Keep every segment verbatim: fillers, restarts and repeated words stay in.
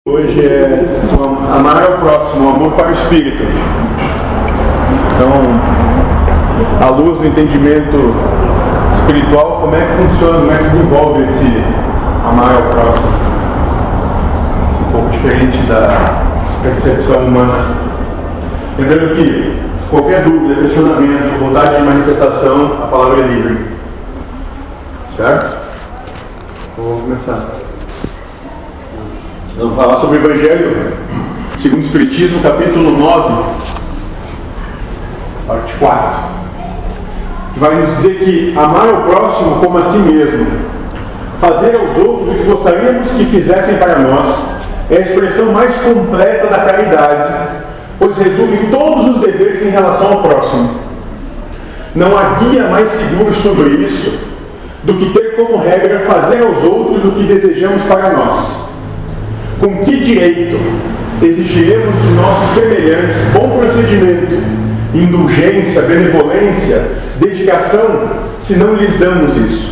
Hoje é amar ao próximo, amor para o Espírito. Então, à luz do entendimento espiritual, como é que funciona, como é que se desenvolve esse amar ao próximo? Um pouco diferente da percepção humana. Lembrando que qualquer dúvida, questionamento, vontade de manifestação, a palavra é livre. Certo? Vamos começar. Vamos falar sobre o Evangelho segundo o Espiritismo, capítulo nove, parte quatro, que vai nos dizer que amar ao próximo como a si mesmo, fazer aos outros o que gostaríamos que fizessem para nós, é a expressão mais completa da caridade, pois resume todos os deveres em relação ao próximo. Não há guia mais seguro sobre isso do que ter como regra fazer aos outros o que desejamos para nós. Com que direito exigiremos de nossos semelhantes bom procedimento, indulgência, benevolência, dedicação, se não lhes damos isso?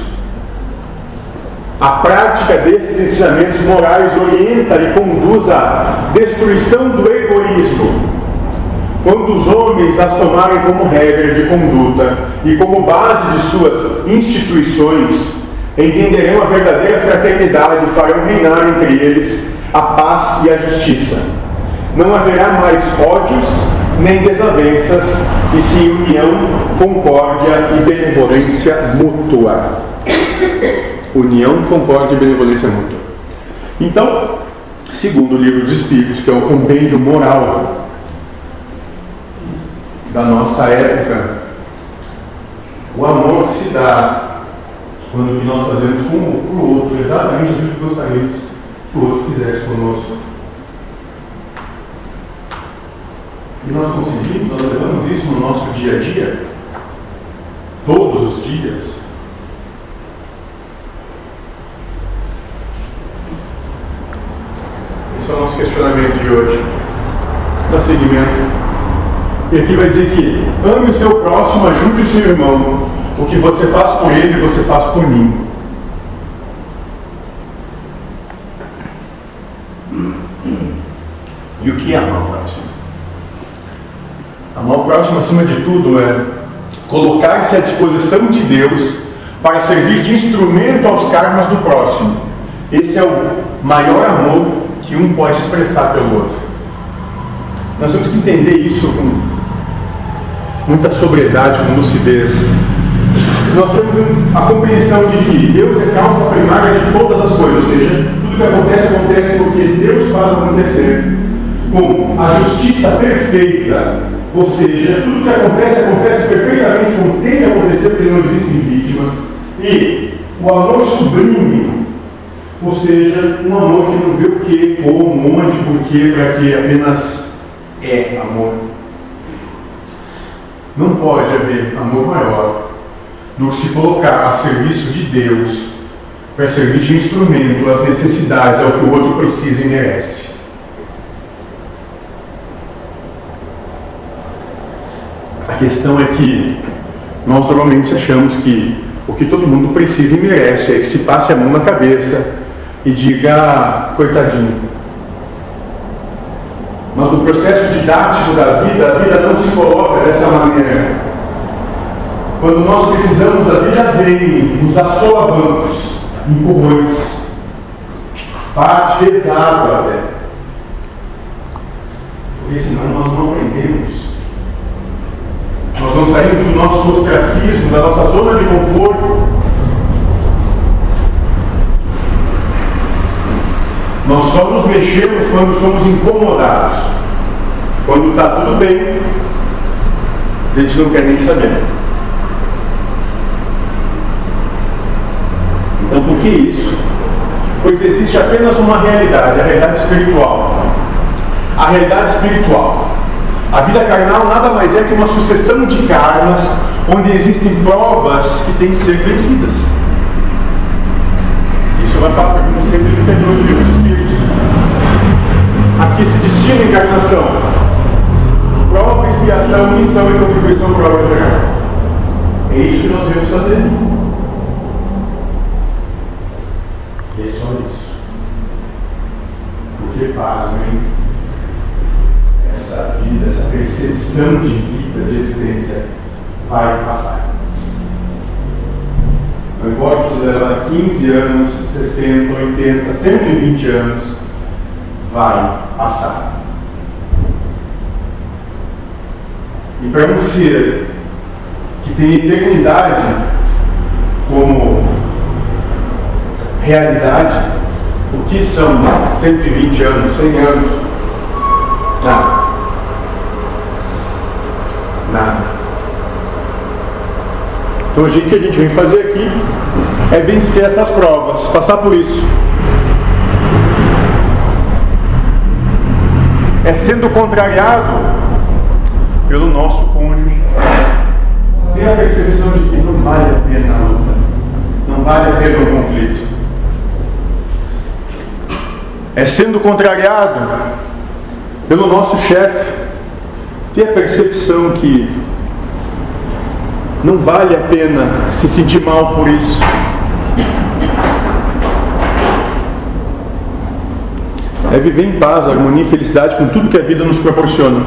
A prática desses ensinamentos morais orienta e conduz à destruição do egoísmo. Quando os homens as tomarem como regra de conduta e como base de suas instituições, entenderão a verdadeira fraternidade e farão reinar entre eles a paz e a justiça. Não haverá mais ódios nem desavenças, e sim união, concórdia e benevolência mútua. União, concórdia e benevolência mútua. Então, segundo o Livro dos Espíritos, que é o compêndio moral da nossa época, o amor se dá quando nós fazemos um para o outro exatamente o que gostaríamos que o outro fizesse conosco. E nós conseguimos, nós levamos isso no nosso dia a dia, todos os dias. Esse é o nosso questionamento de hoje. Dá seguimento. E aqui vai dizer que ame o seu próximo, ajude o seu irmão. O que você faz por ele, você faz por mim. E o que é amar o próximo? Amar o próximo, acima de tudo, é colocar-se à disposição de Deus para servir de instrumento aos karmas do próximo. Esse é o maior amor que um pode expressar pelo outro. Nós temos que entender isso com muita sobriedade, com lucidez. Se nós temos a compreensão de que Deus é causa primária de todas as coisas, ou seja, tudo que acontece, acontece porque Deus faz acontecer, com a justiça perfeita, ou seja, tudo que acontece, acontece perfeitamente como tem que acontecer, porque não existem vítimas, e o amor sublime, ou seja, um amor que não vê o que, como, onde, porquê, para que apenas é amor. Não pode haver amor maior do que se colocar a serviço de Deus para servir de instrumento às necessidades, ao que o outro precisa e merece. A questão é que nós normalmente achamos que o que todo mundo precisa e merece é que se passe a mão na cabeça e diga, coitadinho. Mas no processo didático da vida, a vida não se coloca dessa maneira. Quando nós precisamos, a vida vem, nos dá solavancos, empurrões, parte pesado até. Porque senão nós não aprendemos. Nós não saímos do nosso ostracismo, da nossa zona de conforto. Nós só nos mexemos quando somos incomodados. Quando está tudo bem, a gente não quer nem saber. Então, por que isso? Pois existe apenas uma realidade, a realidade espiritual. A realidade espiritual. A vida carnal nada mais é que uma sucessão de karmas onde existem provas que têm que ser vencidas. Isso vai falar para mim sempre do trinta e dois do Livro dos Espíritos. Aqui se distingue a encarnação: prova, expiação, missão e contribuição para a obra geral. É isso que nós devemos fazer. É só isso. porque, pasmem, essa vida, essa percepção de vida, de existência, vai passar. Não importa se leva quinze anos, sessenta, oitenta, cento e vinte anos, vai passar. E para um ser que tem eternidade como realidade, o que são cento e vinte anos, cem anos? Nada. Nada. Então o que a gente vem fazer aqui é vencer essas provas, passar por isso. É sendo contrariado pelo nosso cônjuge. Tem a percepção de que não vale a pena a luta, não vale a pena o conflito. É sendo contrariado pelo nosso chefe. Tem a percepção que não vale a pena se sentir mal por isso. É viver em paz, harmonia e felicidade com tudo que a vida nos proporciona.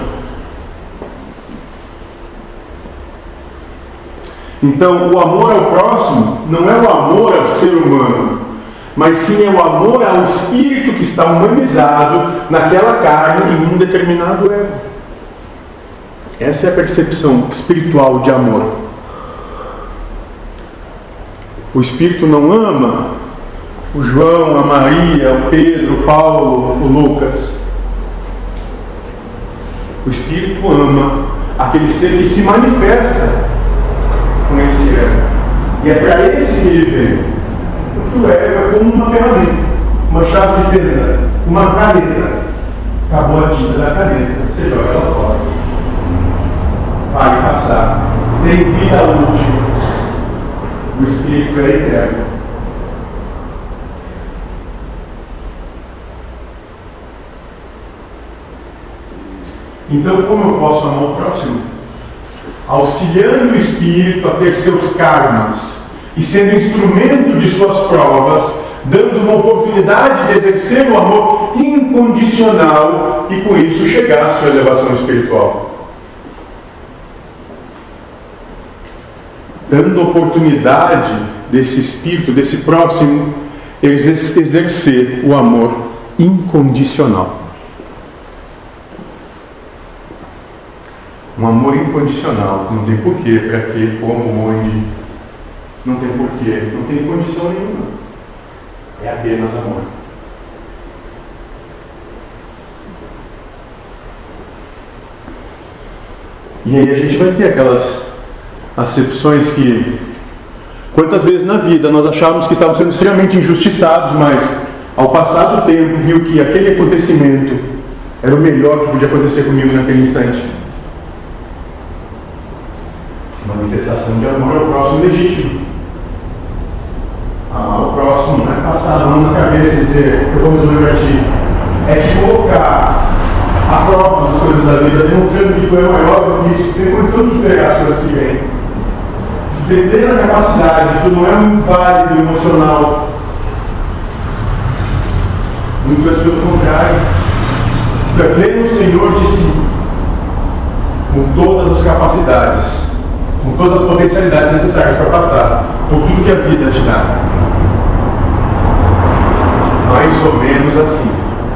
Então, o amor ao próximo não é o amor ao ser humano, mas sim é o amor ao espírito que está humanizado naquela carne em um determinado ego. Essa é a percepção espiritual de amor. O espírito não ama o João, a Maria, o Pedro, o Paulo, o Lucas. O espírito ama aquele ser que se manifesta com esse ego. E é para esse que ele vem. Porque o ego é como uma ferramenta, uma chave de fenda, uma caneta. Acabou a tinta da caneta, você joga ela fora. Vai passar. Tem vida útil. O espírito é eterno. Então, como eu posso amar o próximo? Auxiliando o espírito a ter seus karmas e sendo instrumento de suas provas, dando uma oportunidade de exercer o amor incondicional e com isso chegar à sua elevação espiritual. Dando oportunidade desse espírito, desse próximo, exercer o amor incondicional. Um amor incondicional, não tem porquê, para quê, como, onde, não tem porquê, não tem condição nenhuma. É apenas amor. E aí a gente vai ter aquelas acepções que, quantas vezes na vida nós achávamos que estávamos sendo extremamente injustiçados, mas ao passar do tempo viu que aquele acontecimento era o melhor que podia acontecer comigo naquele instante. Manifestação de amor ao próximo legítimo. Amar o próximo não é passar a mão na cabeça e dizer eu vou resolver para ti. É te colocar a prova das coisas da vida, demonstrando que tu é maior do que isso, tu tem condição de superar as coisas que vêm. Tu tem plena capacidade, tu não é um inválido emocional. Muito mais pelo contrário. Tu é pleno Senhor de si, com todas as capacidades, com todas as potencialidades necessárias para passar por tudo que a vida te dá. Mais ou menos assim.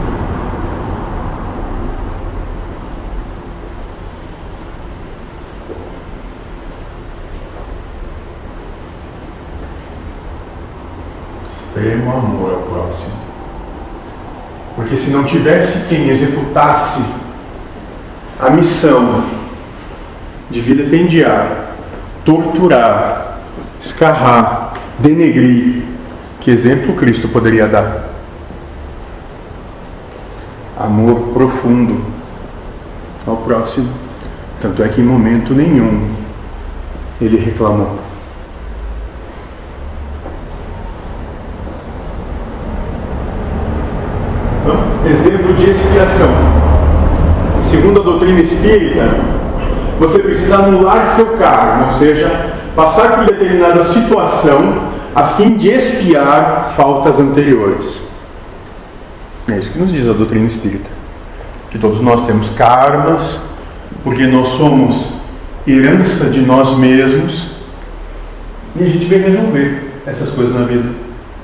Extremo amor ao próximo. Porque se não tivesse quem executasse a missão de vilipendiar, torturar, escarrar, denegrir, que exemplo Cristo poderia dar? Amor profundo ao próximo. Tanto é que em momento nenhum ele reclamou. Então, exemplo de expiação. Segundo a doutrina espírita, você precisa anular seu karma, ou seja, passar por determinada situação a fim de expiar faltas anteriores. É isso que nos diz a doutrina espírita. Que todos nós temos karmas, porque nós somos herança de nós mesmos, e a gente vem resolver essas coisas na vida.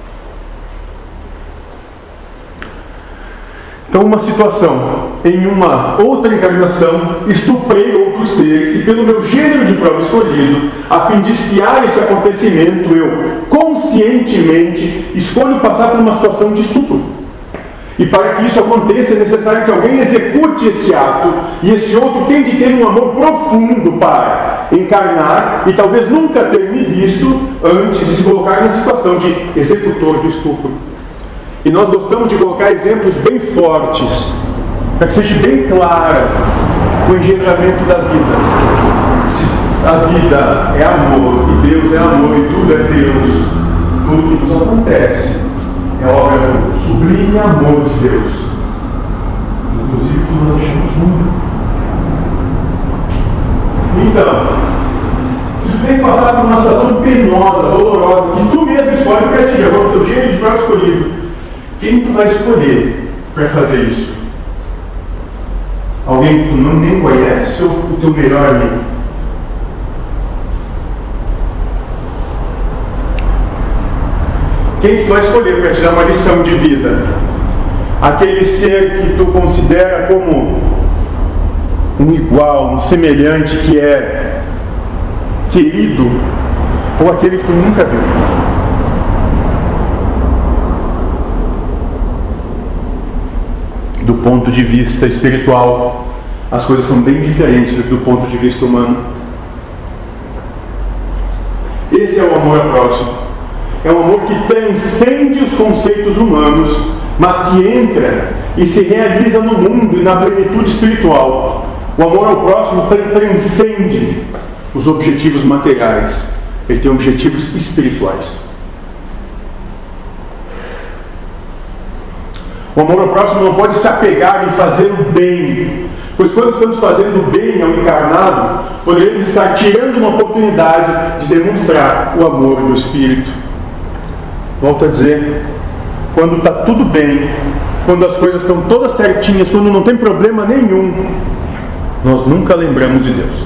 Então, uma situação, em uma outra encarnação, estuprei outros seres, e pelo meu gênero de prova escolhido, a fim de espiar esse acontecimento, eu conscientemente escolho passar por uma situação de estupro. E para que isso aconteça, é necessário que alguém execute esse ato, e esse outro tem de ter um amor profundo para encarnar e talvez nunca ter me visto antes de se colocar na situação de executor do estupro. E nós gostamos de colocar exemplos bem fortes, para que seja bem clara o engendramento da vida. Se a vida é amor, e Deus é amor, e tudo é Deus, tudo que nos acontece é obra do sublime amor de Deus. Inclusive, tudo nós achamos ruim. Então, se tu tem que passar por uma situação penosa, dolorosa, que tu mesmo escolhe para ti, agora o teu jeito de próprio escolhido, quem tu vai escolher para fazer isso? Alguém que tu não, nem conhece ou o teu melhor amigo? Quem que tu vai escolher para te dar uma lição de vida? Aquele ser que tu considera como um igual, um semelhante, que é querido, ou aquele que tu nunca viu? Do ponto de vista espiritual, as coisas são bem diferentes do que do ponto de vista humano. Esse é o amor ao próximo. É um amor que transcende os conceitos humanos, mas que entra e se realiza no mundo e na plenitude espiritual. O amor ao próximo transcende os objetivos materiais. Ele tem objetivos espirituais. O amor ao próximo não pode se apegar em fazer o bem, pois quando estamos fazendo o bem ao encarnado, poderemos estar tirando uma oportunidade de demonstrar o amor do Espírito. Volto a dizer, quando está tudo bem, quando as coisas estão todas certinhas, quando não tem problema nenhum, nós nunca lembramos de Deus.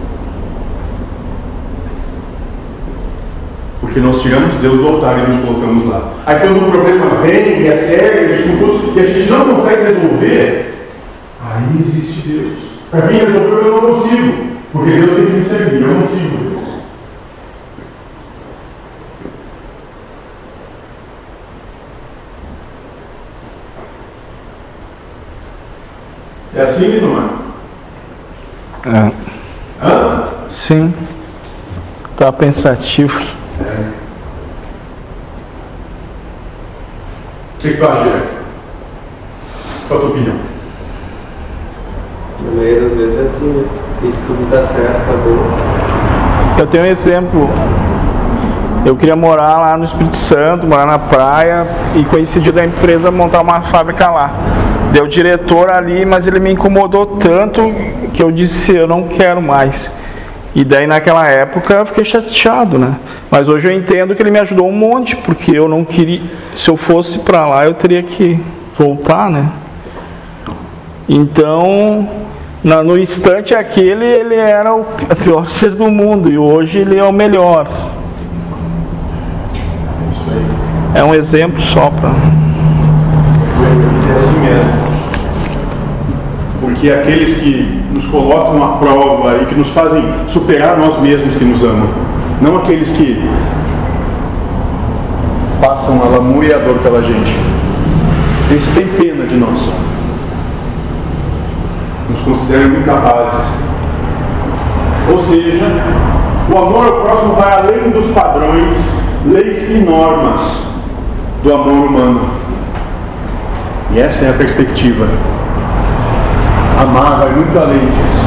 Porque nós tiramos Deus do altar e nos colocamos lá. Aí quando o problema vem, é sério, é dificultoso, e a gente não consegue resolver, aí existe Deus. Para mim resolver eu não consigo, porque Deus tem que me servir, eu não sigo Deus. É assim, não é? É. Hã? Sim. Tá pensativo. É. O que tu acha, Diego? Qual a tua opinião? Na maioria das vezes é assim mesmo. Isso tudo tá certo, tá bom. Eu tenho um exemplo. Eu queria morar lá no Espírito Santo, morar na praia, e coincidiu da empresa montar uma fábrica lá. Deu diretor ali, mas ele me incomodou tanto que eu disse, eu não quero mais. E daí naquela época eu fiquei chateado, né? Mas hoje eu entendo que ele me ajudou um monte, porque eu não queria, se eu fosse para lá eu teria que voltar, né? Então, na, no instante aquele ele era o pior ser do mundo, e hoje ele é o melhor. É um exemplo só para... É assim mesmo. Porque aqueles que nos colocam à prova e que nos fazem superar nós mesmos que nos amam, não aqueles que passam a lamúria e a dor pela gente. Esses têm pena de nós. Nos consideram incapazes. Ou seja, o amor ao próximo vai além dos padrões, leis e normas do amor humano. E essa é a perspectiva. Amar vai muito além disso.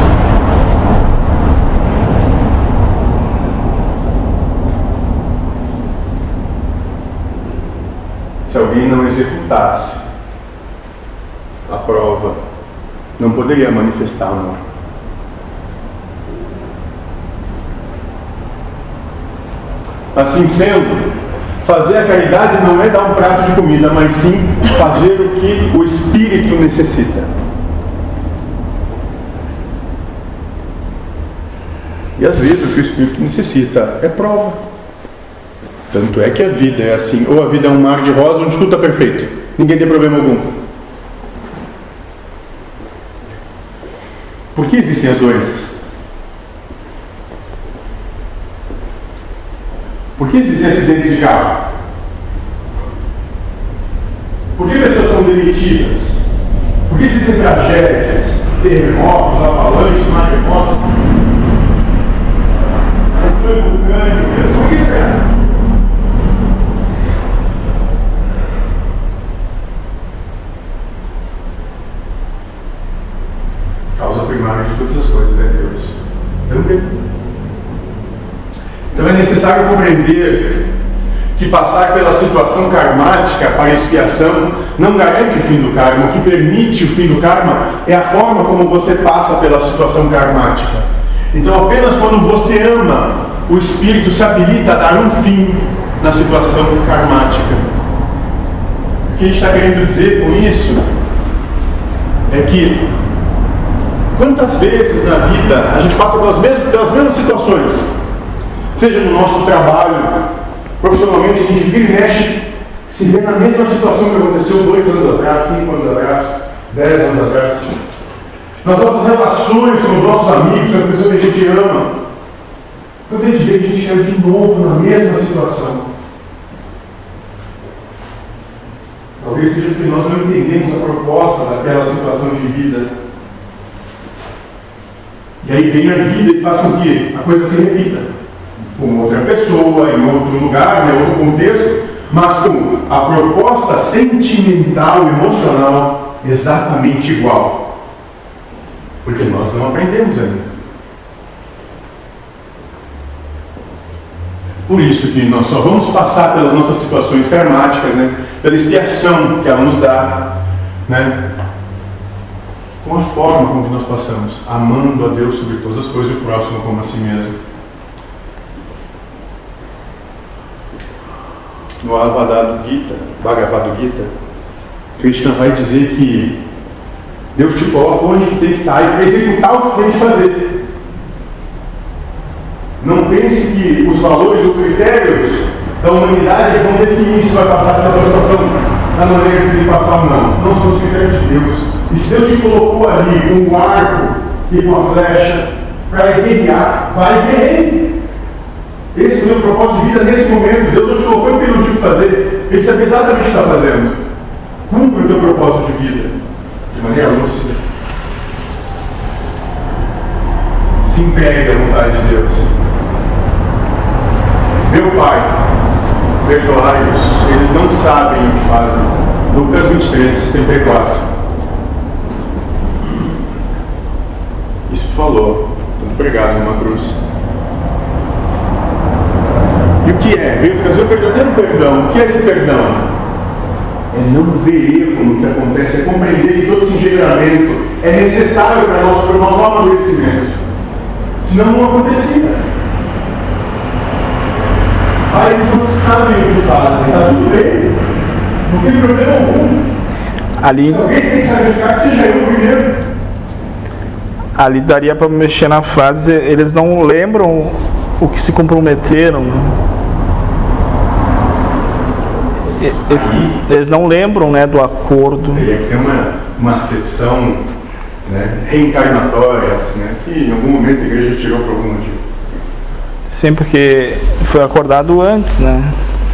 Se alguém não executasse a prova, não poderia manifestar amor. Assim sendo, Fazer a caridade não é dar um prato de comida, mas sim fazer o que o Espírito necessita. E às vezes o que o Espírito necessita é prova. Tanto é que a vida é assim. Ou a vida é um mar de rosa onde tudo está perfeito, ninguém tem problema algum. Por que existem as doenças? Por que existem acidentes de carro? Por que pessoas são demitidas? Por que existem tragédias, terremotos, avalanches, maremotos? Erupções vulcânicas? Por que será? Causa primária de todas as coisas é Deus. Também. Então é necessário compreender que passar pela situação karmática para expiação não garante o fim do karma. O que permite o fim do karma é a forma como você passa pela situação karmática. Então apenas quando você ama, o Espírito se habilita a dar um fim na situação karmática. O que a gente está querendo dizer com isso é que quantas vezes na vida a gente passa pelas mesmas, pelas mesmas situações, seja no nosso trabalho, profissionalmente, a gente vira e mexe, se vê na mesma situação que aconteceu dois anos atrás, cinco anos atrás, dez anos atrás. Nas nossas relações com os nossos amigos, com as pessoas que a gente ama, quando a gente vê que a gente caiu de novo na mesma situação. Talvez seja porque nós não entendemos a proposta daquela situação de vida. E aí vem a vida e faz com que a coisa se repita. Com outra pessoa, em outro lugar, em outro contexto, mas com a proposta sentimental, emocional, exatamente igual. Porque nós não aprendemos ainda. Por isso que nós só vamos passar pelas nossas situações karmáticas, né? Pela expiação que ela nos dá, né? Com a forma com que nós passamos, amando a Deus sobre todas as coisas e o próximo como a si mesmo. No Avadado Gita, Bhagavad Gita, Krishna vai dizer que Deus te coloca onde tu tem que estar e para executar o que tu tem que fazer. Não pense que os valores ou critérios da humanidade vão definir se vai passar pela tua situação da maneira que tem que passar ou não. Não são os critérios de Deus. E se Deus te colocou ali com um arco e com a flecha para guerrear, vai guerrear. Esse é o meu propósito de vida nesse momento. Deus não te colocou porque ele não tinha o que fazer. Ele sabe exatamente o que está fazendo. Cumpre o teu propósito de vida de maneira lúcida. Se entregue à vontade de Deus. Meu Pai, perdoai-os, eles não sabem o que fazem. Lucas vinte e três, trinta e quatro. Isso falou, tudo pregado numa cruz. E o que é? Veio trazer o verdadeiro perdão. O que é esse perdão? É não ver erro no que acontece, é compreender que todo esse engendramento é necessário para nós, para o nosso amadurecimento. Senão não acontecia. Ah, eles não sabem o que fazem, está tudo bem, não tem problema algum. Ali, se alguém tem que sacrificar, que seja eu primeiro. Ali daria para mexer na frase, eles não lembram o que se comprometeram. Eles, eles não lembram, né, do acordo. Teria que ter uma, uma acepção, né, reencarnatória, né, que em algum momento a igreja tirou por algum motivo. Sim, porque foi acordado antes, né?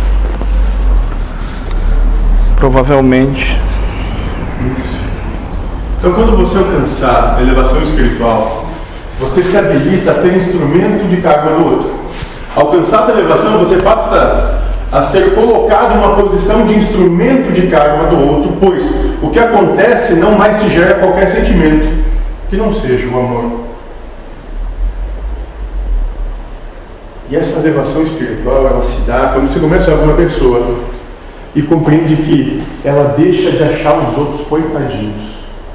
Provavelmente. Isso. Então, quando você alcançar a elevação espiritual, você se habilita a ser instrumento de karma do outro. Alcançar a elevação, você passa a ser colocado em uma posição de instrumento de karma do outro, pois o que acontece não mais te gera qualquer sentimento que não seja o amor. E essa elevação espiritual, ela se dá quando você começa a ver uma pessoa e compreende que ela deixa de achar os outros coitadinhos.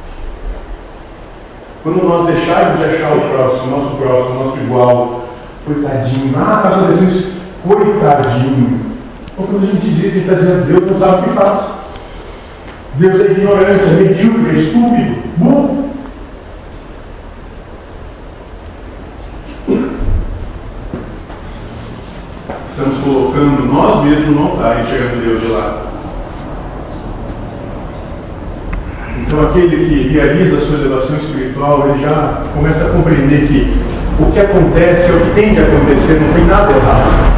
Quando nós deixarmos de achar o próximo, nosso próximo, nosso igual, coitadinho, ah, está acontecendo isso, coitadinho. Ou quando a gente diz isso, a gente está dizendo: Deus não sabe o que faz. Deus é ignorante, é medíocre, é estúpido, burro. Estamos colocando nós mesmos no altar e enxergando Deus de lá. Então aquele que realiza a sua elevação espiritual, ele já começa a compreender que o que acontece é o que tem de acontecer, não tem nada errado.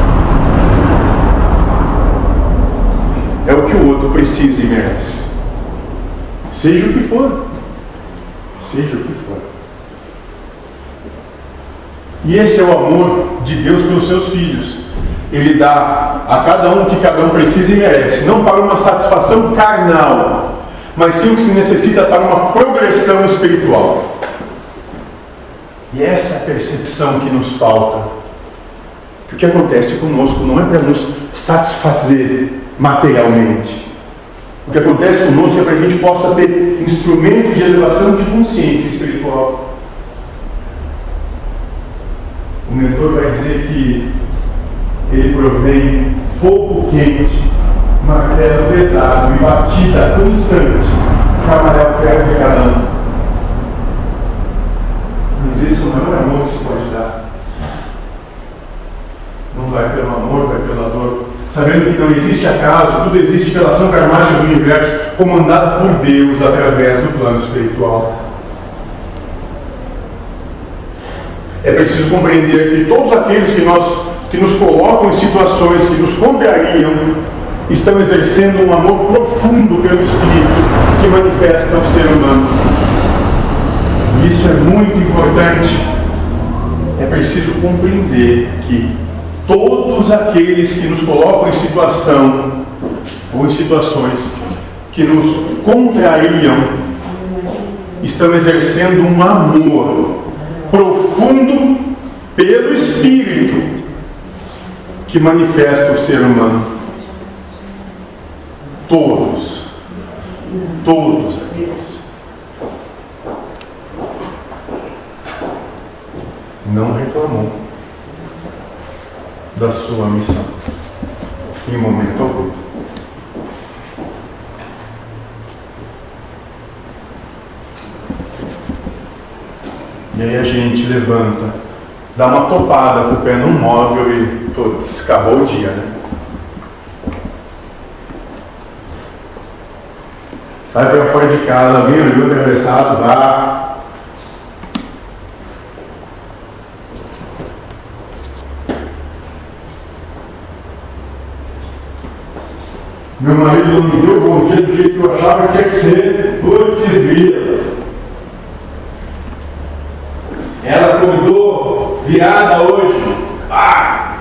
É o que o outro precisa e merece. Seja o que for. Seja o que for. E esse é o amor de Deus pelos seus filhos. Ele dá a cada um o que cada um precisa e merece. Não para uma satisfação carnal, mas sim o que se necessita para uma progressão espiritual. E essa é a percepção que nos falta. O que acontece conosco não é para nos satisfazer materialmente. O que acontece conosco é para que a gente possa ter instrumentos de elevação de consciência espiritual. O mentor vai dizer que ele provém fogo quente, martelo pesado e batida constante, camarel ferro de cada um. Mas esse é o maior amor que se pode dar. Não vai pelo amor, vai pela dor. Sabendo que não existe acaso, tudo existe pela ação karmática do universo, comandada por Deus através do plano espiritual. É preciso compreender que todos aqueles que, nós, que nos colocam em situações que nos contrariam estão exercendo um amor profundo pelo Espírito que manifesta o ser humano. E isso é muito importante. É preciso compreender que todos aqueles que nos colocam em situação ou em situações que nos contrariam estão exercendo um amor profundo pelo Espírito que manifesta o ser humano. Todos, todos aqueles. Não reclamou da sua missão em momento algum. E aí a gente levanta, dá uma topada com o pé num móvel e, putz, acabou o dia, né? Sai para fora de casa, alguém olhou atravessado, dá. Meu marido não me deu bom dia do jeito que eu achava que tinha que ser. Putz, grila. Ela acordou virada hoje. Ah!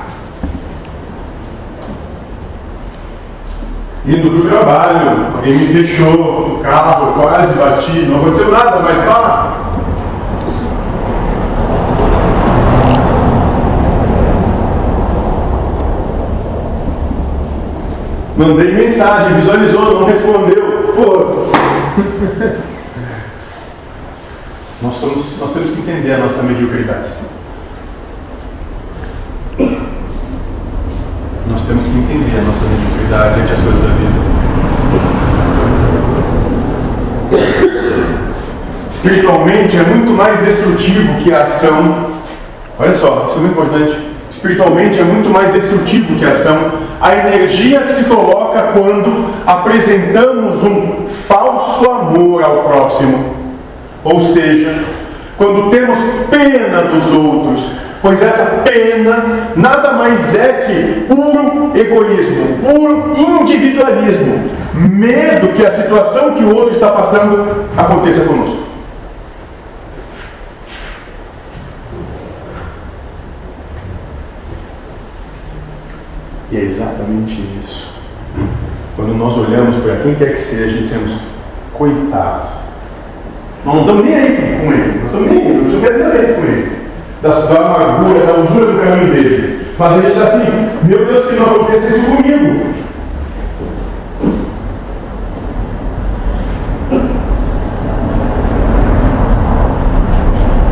Indo do trabalho, alguém me fechou o carro, eu quase bati, não aconteceu nada, mas pá! Mandei mensagem, visualizou, não respondeu. Putz! Nós, somos, nós temos que entender a nossa mediocridade. Nós temos que entender a nossa mediocridade ante as coisas da vida. Espiritualmente é muito mais destrutivo que a ação. Olha só, isso é muito importante. Espiritualmente é muito mais destrutivo que a ação. A energia que se coloca quando apresentamos um falso amor ao próximo. Ou seja, quando temos pena dos outros, pois essa pena nada mais é que puro egoísmo, puro individualismo, medo que a situação que o outro está passando aconteça conosco. E é exatamente isso. Quando nós olhamos para quem quer que seja, dizemos: coitado. Nós não estamos nem aí com ele, nós estamos nem aí, nós não queremos saber com ele, da, da amargura, da usura do caminho dele. Mas a gente está assim: meu Deus, que não aconteça isso comigo.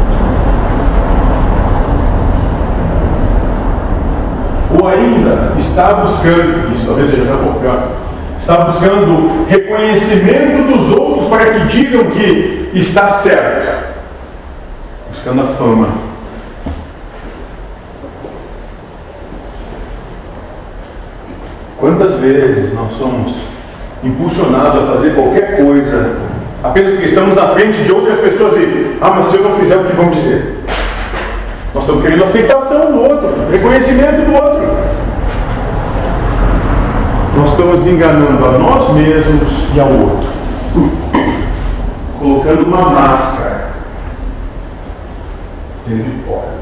Ou ainda, está buscando, isso talvez seja até um pouco pior, está buscando reconhecimento dos outros para que digam que está certo, buscando a fama. Quantas vezes nós somos impulsionados a fazer qualquer coisa apenas porque estamos na frente de outras pessoas e, ah, mas se eu não fizer, o que vão dizer? Nós estamos querendo aceitação do outro, reconhecimento do outro. Nós estamos enganando a nós mesmos e ao outro, colocando uma máscara, sendo hipócritas.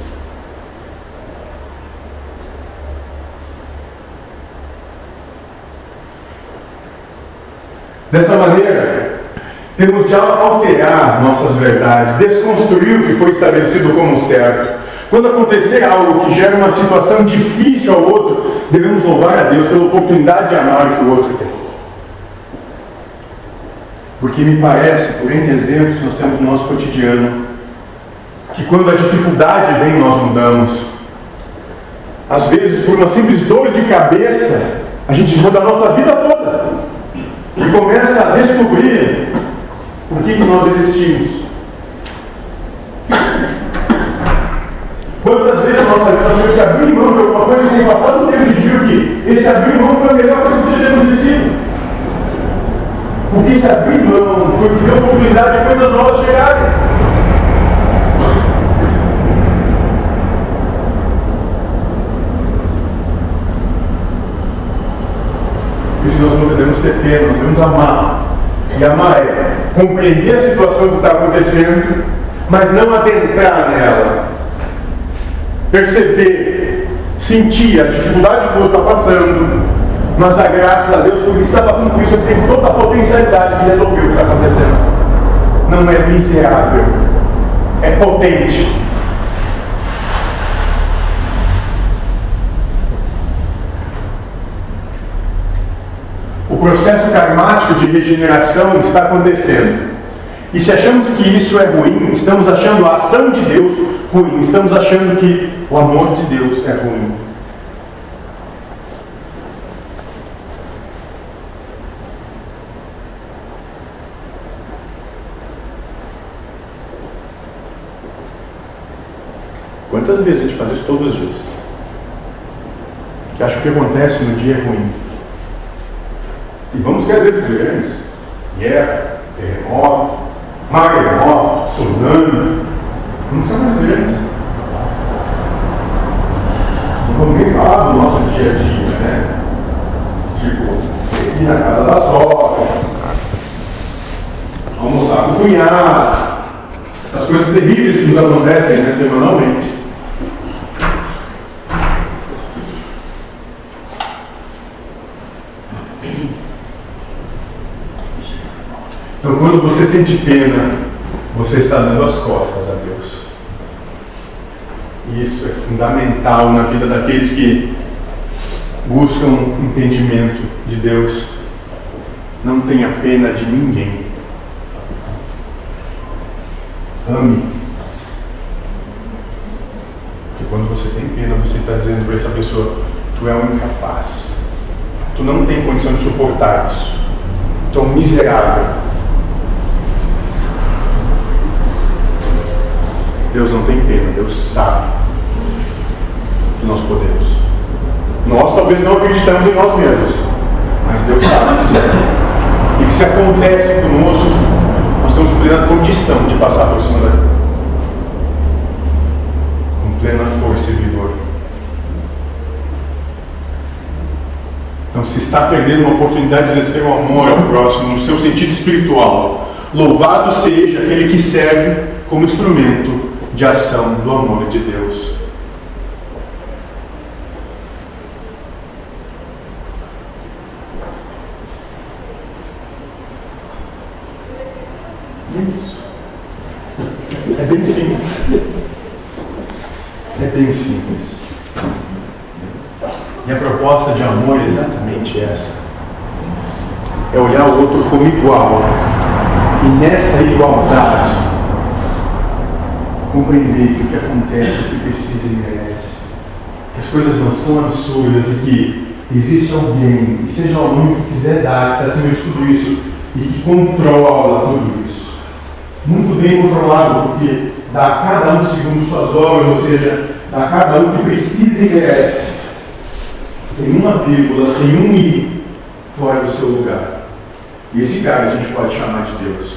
Dessa maneira, temos de alterar nossas verdades, desconstruir o que foi estabelecido como certo. Quando acontecer algo que gera uma situação difícil ao outro, devemos louvar a Deus pela oportunidade de amar que o outro tem. Porque me parece, por N exemplos que nós temos no nosso cotidiano, que quando a dificuldade vem, nós mudamos. Às vezes, por uma simples dor de cabeça, a gente muda a nossa vida toda e começa a descobrir por que, que nós existimos. Quantas vezes a nossa vida nós temos que abrir mão de alguma coisa e tem passado um tempo de viu que esse abrir mão foi a melhor coisa que podia ter acontecido. Porque esse abrir mão foi o que deu oportunidade de coisas novas chegarem. Por isso nós não devemos ter pena, nós devemos amar. E amar é compreender a situação que está acontecendo, mas não adentrar nela. Perceber, sentir a dificuldade que o outro está passando, mas dar graças a Deus porque está passando por isso, ele tem toda a potencialidade de resolver o que está acontecendo. Não é miserável, é potente. O processo karmático de regeneração está acontecendo. E se achamos que isso é ruim, estamos achando a ação de Deus ruim, estamos achando que o amor de Deus é ruim. Quantas vezes a gente faz isso todos os dias? Que acha que o que acontece no dia é ruim. E vamos ter exemplos grandes: guerra, terremoto, maremoto, tsunami. Não são mais grandes. Não vamos nem falar do nosso dia a dia, né? Tipo, ir na casa da sogra, almoçar com o cunhado, essas coisas terríveis que nos acontecem, né, semanalmente. Então, quando você sente pena, você está dando as costas a Deus. Isso é fundamental na vida daqueles que buscam entendimento de Deus. Não tenha pena de ninguém. Ame. Porque quando você tem pena, você está dizendo para essa pessoa: tu é um incapaz. Tu não tem condição de suportar isso. Tu é um miserável. Deus não tem pena, Deus sabe que nós podemos. Nós talvez não acreditamos em nós mesmos, mas Deus sabe que sim. E que se acontece conosco, nós temos plena condição de passar por cima dela. Com plena força e vigor. Então, se está perdendo uma oportunidade de exercer o amor ao próximo no seu sentido espiritual, louvado seja aquele que serve como instrumento de ação do amor de Deus. Isso. É bem simples. É bem simples. E a proposta de amor é exatamente essa. É olhar o outro como igual. E nessa igualdade, compreender que o que acontece, o que precisa e merece, que as coisas não são absurdas e que existe alguém, e seja alguém que quiser dar, que está acima de tudo isso e que controla tudo isso. Muito bem controlado, porque dá a cada um segundo suas obras, ou seja, dá a cada um que precisa e merece, sem uma vírgula, sem um i fora do seu lugar. E esse cara a gente pode chamar de Deus.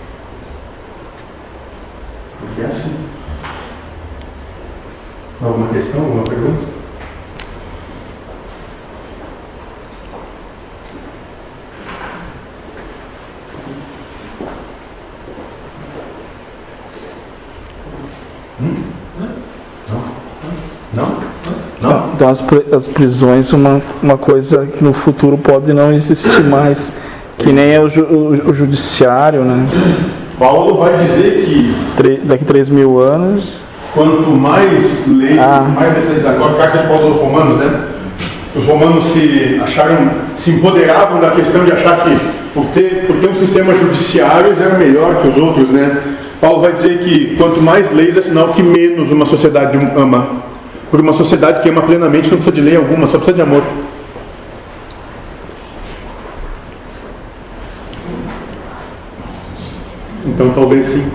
Porque é assim. Alguma questão, alguma pergunta? Hum? Não? Não? Não? Então as, as prisões são uma, uma coisa que no futuro pode não existir mais, que nem é o, o, o judiciário, né? Paulo vai dizer que Tre, daqui a três mil anos, quanto mais lei, ah. mais essa desagora, carta de Paulo aos Romanos, né? Os romanos se acharam, se empoderavam da questão de achar que por ter, por ter um sistema judiciário eles eram melhor que os outros, né? Paulo vai dizer que quanto mais leis é sinal que menos uma sociedade ama. Por uma sociedade que ama plenamente não precisa de lei alguma, só precisa de amor. Então talvez sim.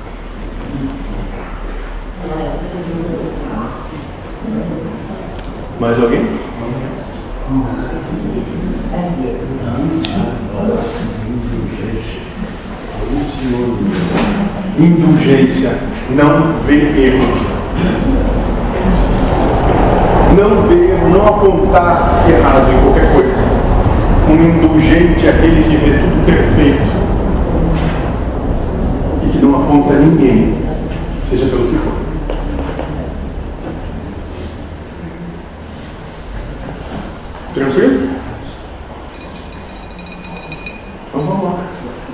Mais alguém? Indulgência, não ver erro. Não ver erro, não apontar errado em qualquer coisa. Um indulgente é aquele que vê tudo perfeito e que não aponta ninguém